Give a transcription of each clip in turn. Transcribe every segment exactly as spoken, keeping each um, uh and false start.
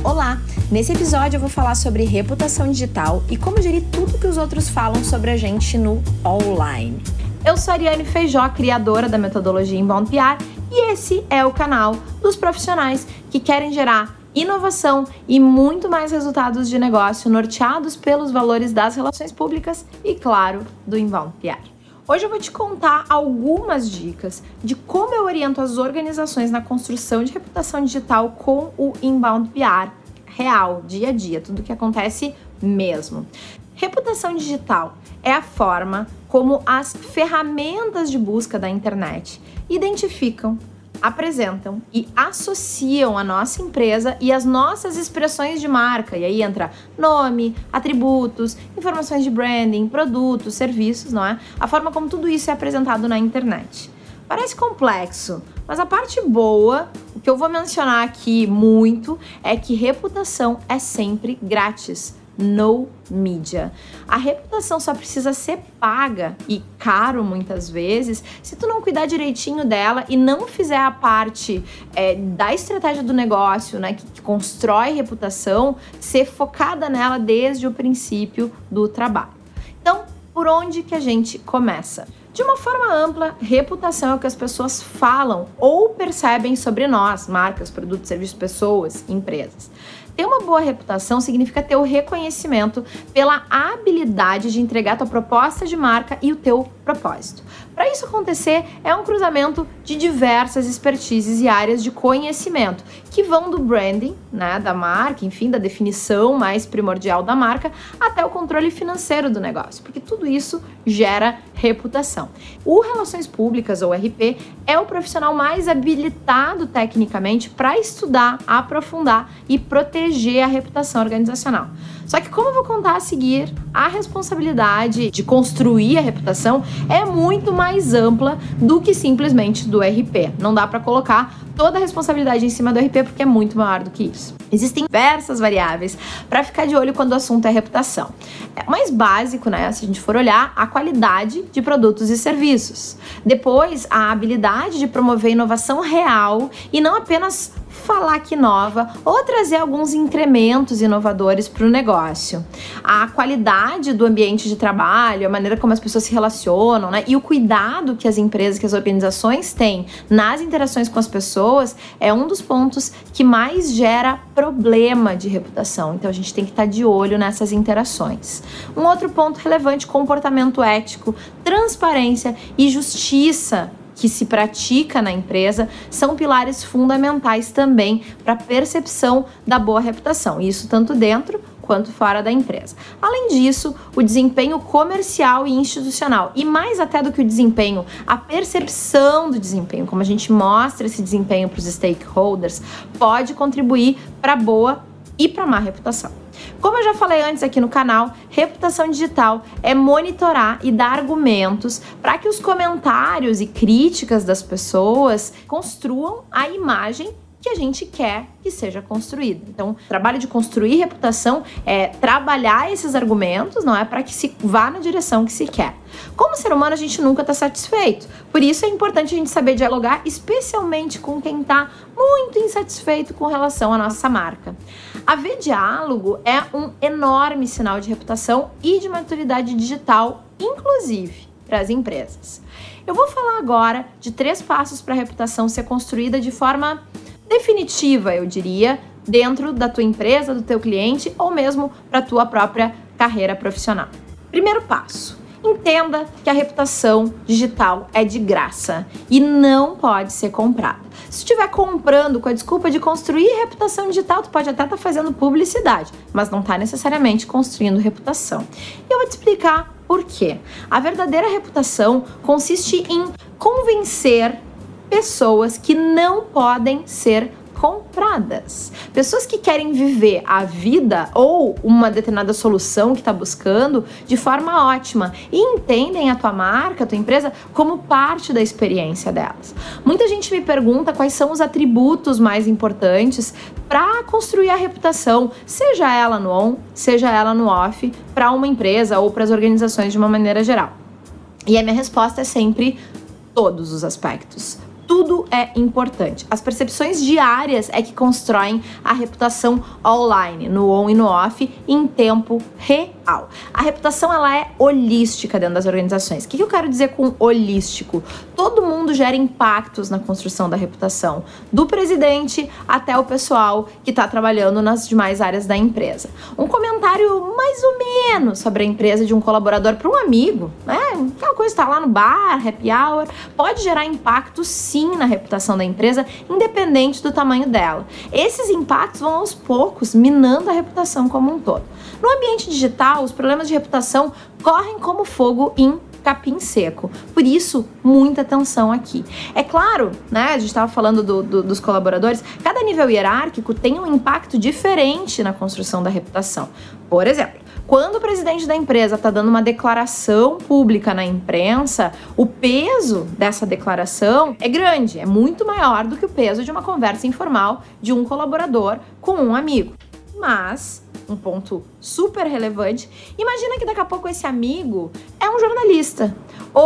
Olá! Nesse episódio eu vou falar sobre reputação digital e como gerir tudo que os outros falam sobre a gente no online. Eu sou a Ariane Feijó, criadora da metodologia Inbound P R, e esse é o canal dos profissionais que querem gerar inovação e muito mais resultados de negócio norteados pelos valores das relações públicas e, claro, do Inbound P R. Hoje eu vou te contar algumas dicas de como eu oriento as organizações na construção de reputação digital com o Inbound P R real, dia a dia, tudo que acontece mesmo. Reputação digital é a forma como as ferramentas de busca da internet identificam, apresentam e associam a nossa empresa e as nossas expressões de marca. E aí entra nome, atributos, informações de branding, produtos, serviços, não é? A forma como tudo isso é apresentado na internet. Parece complexo, mas a parte boa, o que eu vou mencionar aqui muito, é que reputação é sempre grátis. No media. A reputação só precisa ser paga e caro muitas vezes se tu não cuidar direitinho dela e não fizer a parte é, da estratégia do negócio, né, que, que constrói reputação, ser focada nela desde o princípio do trabalho. Então, por onde que a gente começa? De uma forma ampla, reputação é o que as pessoas falam ou percebem sobre nós, marcas, produtos, serviços, pessoas, empresas. Ter uma boa reputação significa ter o reconhecimento pela habilidade de entregar a tua proposta de marca e o teu propósito. Para isso acontecer, é um cruzamento de diversas expertises e áreas de conhecimento, que vão do branding, né, da marca, enfim, da definição mais primordial da marca, até o controle financeiro do negócio, porque tudo isso gera reputação. O Relações Públicas, ou R P, é o profissional mais habilitado tecnicamente para estudar, aprofundar e proteger a reputação organizacional. Só que, como eu vou contar a seguir, a responsabilidade de construir a reputação é muito mais ampla do que simplesmente do R P. Não dá para colocar toda a responsabilidade em cima do R P porque é muito maior do que isso. Existem diversas variáveis para ficar de olho quando o assunto é reputação. É o mais básico, né, se a gente for olhar, a qualidade de produtos e serviços. Depois, a habilidade de promover inovação real e não apenas falar que inova ou trazer alguns incrementos inovadores para o negócio. A qualidade do ambiente de trabalho, a maneira como as pessoas se relacionam, né, e o cuidado que as empresas, que as organizações têm nas interações com as pessoas é um dos pontos que mais gera problema de reputação. Então a gente tem que estar de olho nessas interações. Um outro ponto relevante: comportamento ético, transparência e justiça que se pratica na empresa são pilares fundamentais também para a percepção da boa reputação, isso tanto dentro quanto fora da empresa. Além disso, o desempenho comercial e institucional, e mais até do que o desempenho, a percepção do desempenho, como a gente mostra esse desempenho para os stakeholders, pode contribuir para a boa e para a má reputação. Como eu já falei antes aqui no canal, reputação digital é monitorar e dar argumentos para que os comentários e críticas das pessoas construam a imagem que a gente quer que seja construída. Então, o trabalho de construir reputação é trabalhar esses argumentos, não é, para que se vá na direção que se quer. Como ser humano, a gente nunca está satisfeito. Por isso é importante a gente saber dialogar, especialmente com quem está muito insatisfeito com relação à nossa marca. Haver diálogo é um enorme sinal de reputação e de maturidade digital, inclusive para as empresas. Eu vou falar agora de três passos para a reputação ser construída de forma definitiva, eu diria, dentro da tua empresa, do teu cliente ou mesmo para a tua própria carreira profissional. Primeiro passo: entenda que a reputação digital é de graça e não pode ser comprada. Se estiver comprando com a desculpa de construir reputação digital, tu pode até estar fazendo publicidade, mas não está necessariamente construindo reputação. E eu vou te explicar por quê. A verdadeira reputação consiste em convencer pessoas que não podem ser compradas. Pessoas que querem viver a vida ou uma determinada solução que está buscando de forma ótima e entendem a tua marca, a tua empresa, como parte da experiência delas. Muita gente me pergunta quais são os atributos mais importantes para construir a reputação, seja ela no on, seja ela no off, para uma empresa ou para as organizações de uma maneira geral. E a minha resposta é sempre todos os aspectos. Tudo é importante. As percepções diárias é que constroem a reputação online, no on e no off, em tempo real. A reputação, ela é holística dentro das organizações. O que eu quero dizer com holístico? Todo mundo gera impactos na construção da reputação, do presidente até o pessoal que está trabalhando nas demais áreas da empresa. Um comentário mais ou menos sobre a empresa de um colaborador para um amigo, né? Aquela coisa está lá no bar, happy hour, pode gerar impacto sim na reputação da empresa, independente do tamanho dela. Esses impactos vão aos poucos minando a reputação como um todo. No ambiente digital, os problemas de reputação correm como fogo em capim seco. Por isso, muita atenção aqui. É claro, né, a gente estava falando do, do, dos colaboradores, cada nível hierárquico tem um impacto diferente na construção da reputação. Por exemplo, quando o presidente da empresa está dando uma declaração pública na imprensa, o peso dessa declaração é grande, é muito maior do que o peso de uma conversa informal de um colaborador com um amigo. Mas, um ponto super relevante, imagina que daqui a pouco esse amigo é um jornalista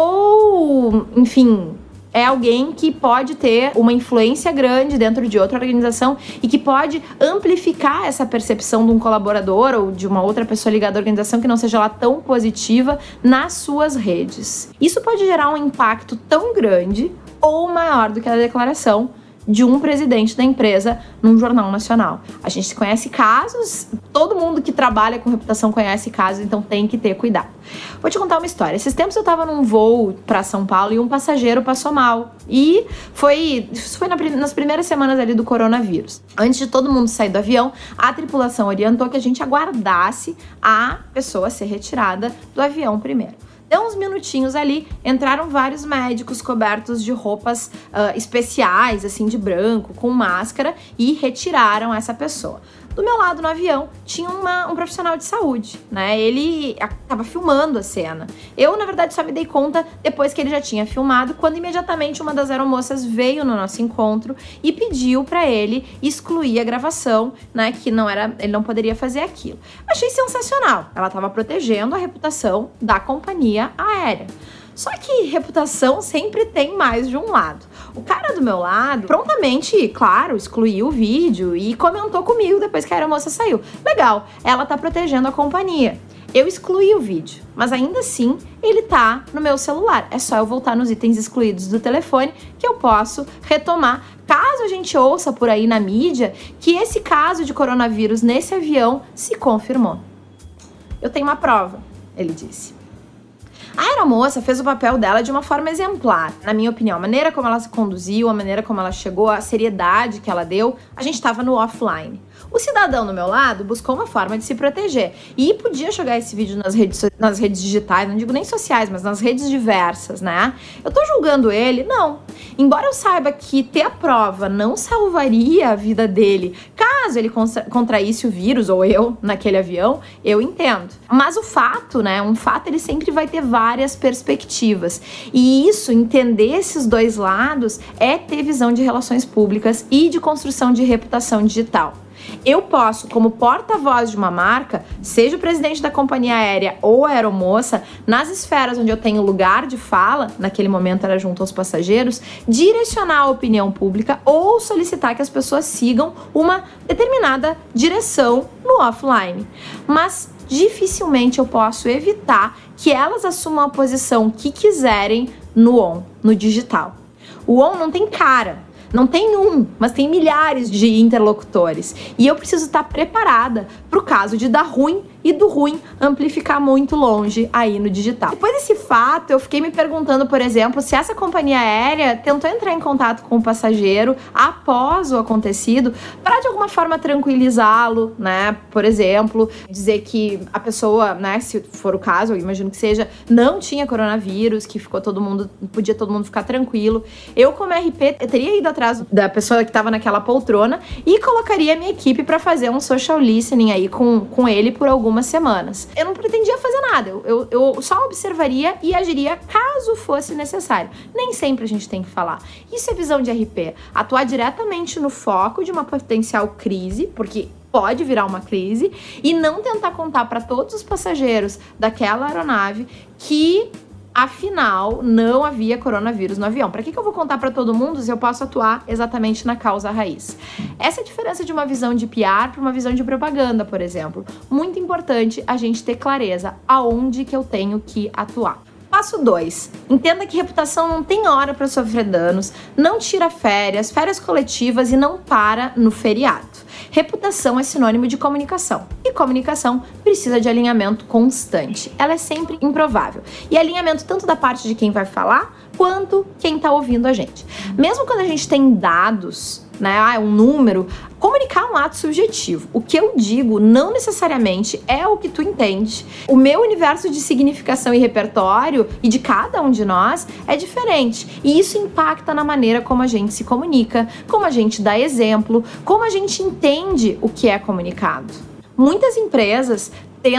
ou, enfim, é alguém que pode ter uma influência grande dentro de outra organização e que pode amplificar essa percepção de um colaborador ou de uma outra pessoa ligada à organização que não seja lá tão positiva nas suas redes. Isso pode gerar um impacto tão grande ou maior do que a declaração de um presidente da empresa num jornal nacional. A gente conhece casos, todo mundo que trabalha com reputação conhece casos, então tem que ter cuidado. Vou te contar uma história. Esses tempos eu tava num voo para São Paulo e um passageiro passou mal. E foi, isso foi na, nas primeiras semanas ali do coronavírus. Antes de todo mundo sair do avião, a tripulação orientou que a gente aguardasse a pessoa ser retirada do avião primeiro. Deu uns minutinhos ali, entraram vários médicos cobertos de roupas uh, especiais, assim, de branco, com máscara, e retiraram essa pessoa. Do meu lado no avião tinha uma, um profissional de saúde, né? Ele estava filmando a cena. Eu, na verdade, só me dei conta depois que ele já tinha filmado, quando imediatamente uma das aeromoças veio no nosso encontro e pediu para ele excluir a gravação, né? Que não era, ele não poderia fazer aquilo. Achei sensacional. Ela estava protegendo a reputação da companhia aérea. Só que reputação sempre tem mais de um lado. O cara do meu lado prontamente, claro, excluiu o vídeo e comentou comigo depois que a aeromoça saiu. Legal, ela tá protegendo a companhia. Eu excluí o vídeo, mas ainda assim ele tá no meu celular. É só eu voltar nos itens excluídos do telefone que eu posso retomar. Caso a gente ouça por aí na mídia que esse caso de coronavírus nesse avião se confirmou. Eu tenho uma prova, ele disse. A aeromoça fez o papel dela de uma forma exemplar. Na minha opinião, a maneira como ela se conduziu, a maneira como ela chegou, a seriedade que ela deu, a gente estava no offline. O cidadão do meu lado buscou uma forma de se proteger e podia jogar esse vídeo nas redes, nas redes digitais, não digo nem sociais, mas nas redes diversas, né? Eu tô julgando ele? Não. Embora eu saiba que ter a prova não salvaria a vida dele, caso ele contraísse o vírus, ou eu, naquele avião, eu entendo. Mas o fato, né, um fato ele sempre vai ter várias perspectivas. E isso, entender esses dois lados, é ter visão de relações públicas e de construção de reputação digital. Eu posso, como porta-voz de uma marca, seja o presidente da companhia aérea ou a aeromoça, nas esferas onde eu tenho lugar de fala, naquele momento era junto aos passageiros, direcionar a opinião pública ou solicitar que as pessoas sigam uma determinada direção no offline. Mas dificilmente eu posso evitar que elas assumam a posição que quiserem no on, no digital. O on não tem cara. Não tem um, mas tem milhares de interlocutores. E eu preciso estar preparada para o caso de dar ruim e do ruim amplificar muito longe aí no digital. Depois desse fato, eu fiquei me perguntando, por exemplo, se essa companhia aérea tentou entrar em contato com o passageiro após o acontecido para de alguma forma tranquilizá-lo, né? Por exemplo, dizer que a pessoa, né, se for o caso, eu imagino que seja, não tinha coronavírus, que ficou todo mundo, podia todo mundo ficar tranquilo. Eu, como R P, eu teria ido atrás da pessoa que estava naquela poltrona e colocaria a minha equipe para fazer um social listening aí com, com ele por algumas semanas. Eu não pretendia fazer nada, eu, eu, eu só observaria e agiria caso fosse necessário. Nem sempre a gente tem que falar. Isso é visão de R P. Atuar diretamente no foco de uma potencial crise, porque pode virar uma crise, e não tentar contar para todos os passageiros daquela aeronave que Afinal, não havia coronavírus no avião. Para que, que eu vou contar para todo mundo se eu posso atuar exatamente na causa raiz? Essa é a diferença de uma visão de P R para uma visão de propaganda, por exemplo. Muito importante a gente ter clareza aonde que eu tenho que atuar. Passo dois. Entenda que reputação não tem hora para sofrer danos, não tira férias, férias coletivas e não para no feriado. Reputação é sinônimo de comunicação. E comunicação precisa de alinhamento constante. Ela é sempre improvável. E alinhamento tanto da parte de quem vai falar, quanto quem está ouvindo a gente. Mesmo quando a gente tem dados, né, um número, comunicar é um ato subjetivo. O que eu digo não necessariamente é o que tu entende. O meu universo de significação e repertório e de cada um de nós é diferente. E isso impacta na maneira como a gente se comunica, como a gente dá exemplo, como a gente entende o que é comunicado. Muitas empresas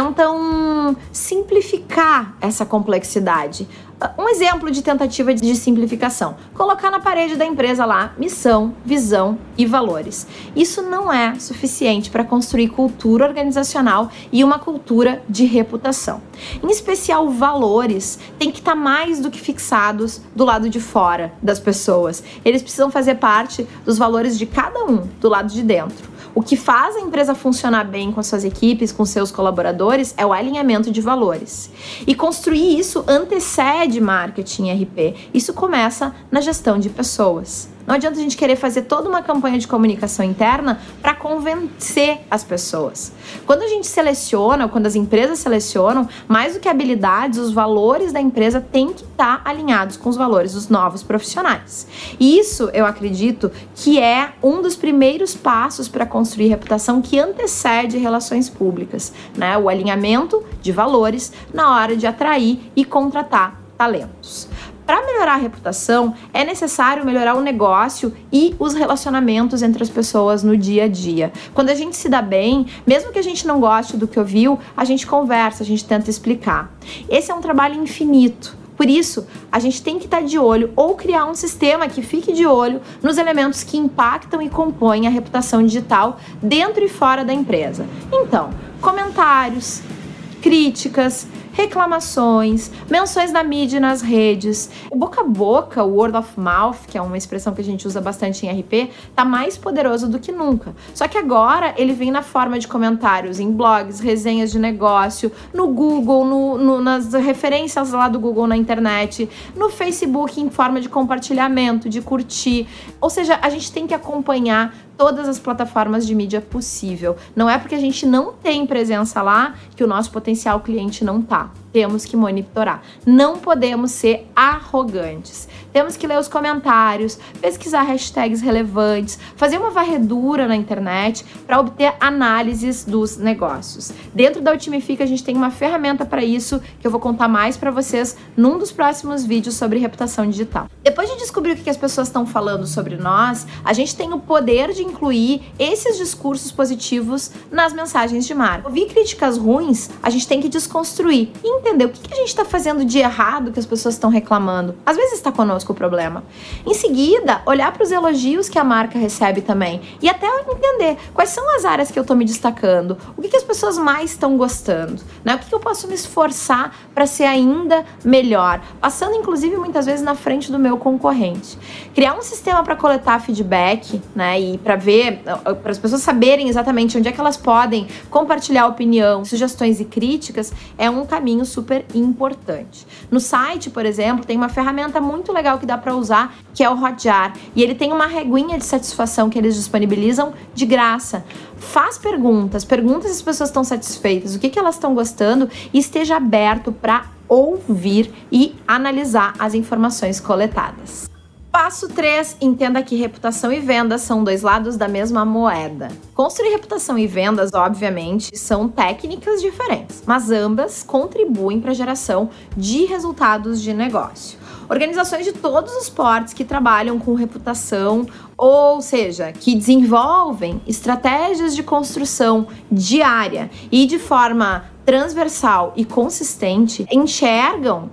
tentam simplificar essa complexidade. Um exemplo de tentativa de simplificação: colocar na parede da empresa lá missão, visão e valores. Isso não é suficiente para construir cultura organizacional e uma cultura de reputação. Em especial, valores têm que estar mais do que fixados do lado de fora das pessoas. Eles precisam fazer parte dos valores de cada um do lado de dentro. O que faz a empresa funcionar bem com suas equipes, com seus colaboradores, é o alinhamento de valores. E construir isso antecede marketing e R P. Isso começa na gestão de pessoas. Não adianta a gente querer fazer toda uma campanha de comunicação interna para convencer as pessoas. Quando a gente seleciona, ou quando as empresas selecionam, mais do que habilidades, os valores da empresa têm que estar alinhados com os valores dos novos profissionais. E isso, eu acredito, que é um dos primeiros passos para construir reputação que antecede relações públicas, né? O alinhamento de valores na hora de atrair e contratar talentos. Para melhorar a reputação, é necessário melhorar o negócio e os relacionamentos entre as pessoas no dia a dia. Quando a gente se dá bem, mesmo que a gente não goste do que ouviu, a gente conversa, a gente tenta explicar. Esse é um trabalho infinito. Por isso, a gente tem que estar de olho ou criar um sistema que fique de olho nos elementos que impactam e compõem a reputação digital dentro e fora da empresa. Então, comentários, críticas, reclamações, menções na mídia e nas redes. O boca a boca, o word of mouth, que é uma expressão que a gente usa bastante em R P, tá mais poderoso do que nunca. Só que agora ele vem na forma de comentários em blogs, resenhas de negócio, no Google, no, no, nas referências lá do Google na internet, no Facebook em forma de compartilhamento, de curtir. Ou seja, a gente tem que acompanhar todas as plataformas de mídia possível. Não é porque a gente não tem presença lá que o nosso potencial cliente não tá. Temos que monitorar. Não podemos ser arrogantes. Temos que ler os comentários, pesquisar hashtags relevantes, fazer uma varredura na internet para obter análises dos negócios. Dentro da Otimifica a gente tem uma ferramenta para isso que eu vou contar mais para vocês num dos próximos vídeos sobre reputação digital. Depois de descobrir o que as pessoas estão falando sobre nós, a gente tem o poder de incluir esses discursos positivos nas mensagens de marca. Ouvir críticas ruins, a gente tem que desconstruir e entender o que a gente está fazendo de errado que as pessoas estão reclamando. Às vezes está conosco o problema. Em seguida, olhar para os elogios que a marca recebe também e até entender quais são as áreas que eu estou me destacando, o que, que as pessoas mais estão gostando, né? O que, que eu posso me esforçar para ser ainda melhor, passando inclusive muitas vezes na frente do meu concorrente. Criar um sistema para coletar feedback, né? E para ver, para as pessoas saberem exatamente onde é que elas podem compartilhar opinião, sugestões e críticas, é um caminho super importante. No site, por exemplo, tem uma ferramenta muito legal que dá para usar, que é o Hotjar, e ele tem uma reguinha de satisfação que eles disponibilizam de graça. Faz perguntas, pergunta se as pessoas estão satisfeitas, o que, que elas estão gostando e esteja aberto para ouvir e analisar as informações coletadas. Passo três, entenda que reputação e vendas são dois lados da mesma moeda. Construir reputação e vendas, obviamente, são técnicas diferentes, mas ambas contribuem para a geração de resultados de negócio. Organizações de todos os portes que trabalham com reputação, ou seja, que desenvolvem estratégias de construção diária e de forma transversal e consistente, enxergam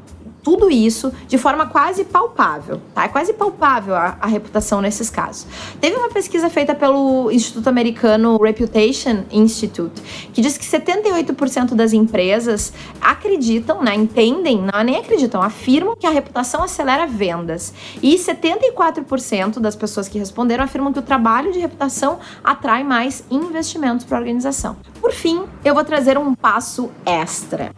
tudo isso de forma quase palpável, tá? É quase palpável a, a reputação nesses casos. Teve uma pesquisa feita pelo Instituto Americano Reputation Institute, que diz que setenta e oito por cento das empresas acreditam, né, entendem, não nem acreditam, afirmam que a reputação acelera vendas. E setenta e quatro por cento das pessoas que responderam afirmam que o trabalho de reputação atrai mais investimentos para a organização. Por fim, eu vou trazer um passo extra.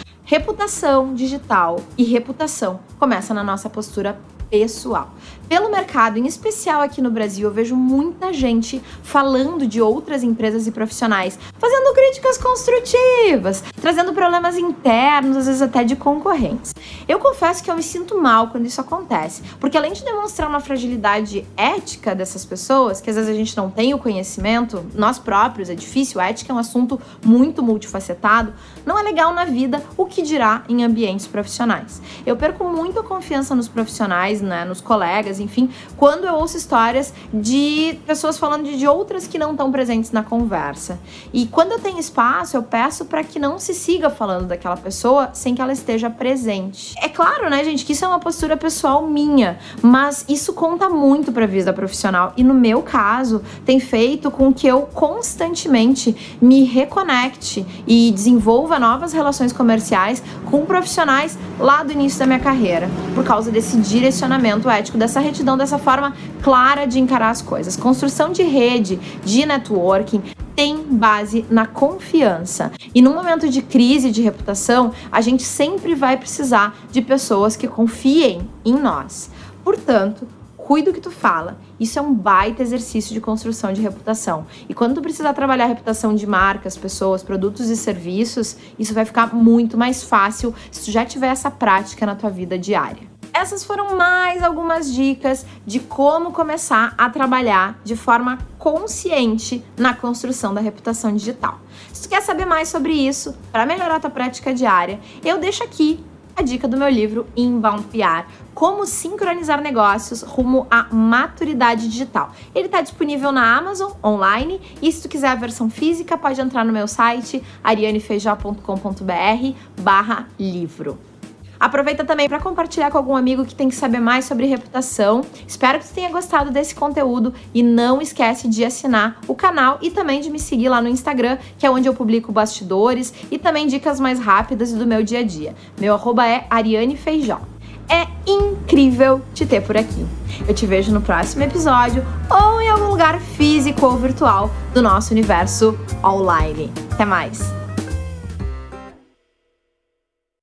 Reputação digital e reputação começa na nossa postura pessoal. Pelo mercado, em especial aqui no Brasil, eu vejo muita gente falando de outras empresas e profissionais, fazendo críticas construtivas, trazendo problemas internos, às vezes até de concorrentes. Eu confesso que eu me sinto mal quando isso acontece, porque além de demonstrar uma fragilidade ética dessas pessoas, que às vezes a gente não tem o conhecimento, nós próprios, é difícil, a ética é um assunto muito multifacetado, não é legal na vida, o que dirá em ambientes profissionais. Eu perco muito a confiança nos profissionais, né, nos colegas, enfim, quando eu ouço histórias de pessoas falando de, de outras que não estão presentes na conversa. E quando eu tenho espaço, eu peço para que não se siga falando daquela pessoa sem que ela esteja presente. É claro, né, gente, que isso é uma postura pessoal minha, mas isso conta muito para a vida profissional e no meu caso tem feito com que eu constantemente me reconecte e desenvolva novas relações comerciais com profissionais lá do início da minha carreira, por causa desse direcionamento ético, dessa retidão, dessa forma clara de encarar as coisas. Construção de rede, de networking, tem base na confiança. E num momento de crise de reputação, a gente sempre vai precisar de pessoas que confiem em nós. Portanto, cuida do que tu fala. Isso é um baita exercício de construção de reputação. E quando tu precisar trabalhar a reputação de marcas, pessoas, produtos e serviços, isso vai ficar muito mais fácil se tu já tiver essa prática na tua vida diária. Essas foram mais algumas dicas de como começar a trabalhar de forma consciente na construção da reputação digital. Se tu quer saber mais sobre isso, para melhorar a tua prática diária, eu deixo aqui a dica do meu livro Inbound P R, Como Sincronizar Negócios Rumo à Maturidade Digital. Ele está disponível na Amazon, online, e se tu quiser a versão física, pode entrar no meu site arianefeijó ponto com ponto br barra livro. Aproveita também para compartilhar com algum amigo que tem que saber mais sobre reputação. Espero que tu tenha gostado desse conteúdo e não esquece de assinar o canal e também de me seguir lá no Instagram, que é onde eu publico bastidores e também dicas mais rápidas do meu dia a dia. Meu arroba é arianefeijó. É incrível te ter por aqui. Eu te vejo no próximo episódio ou em algum lugar físico ou virtual do nosso universo online. Até mais!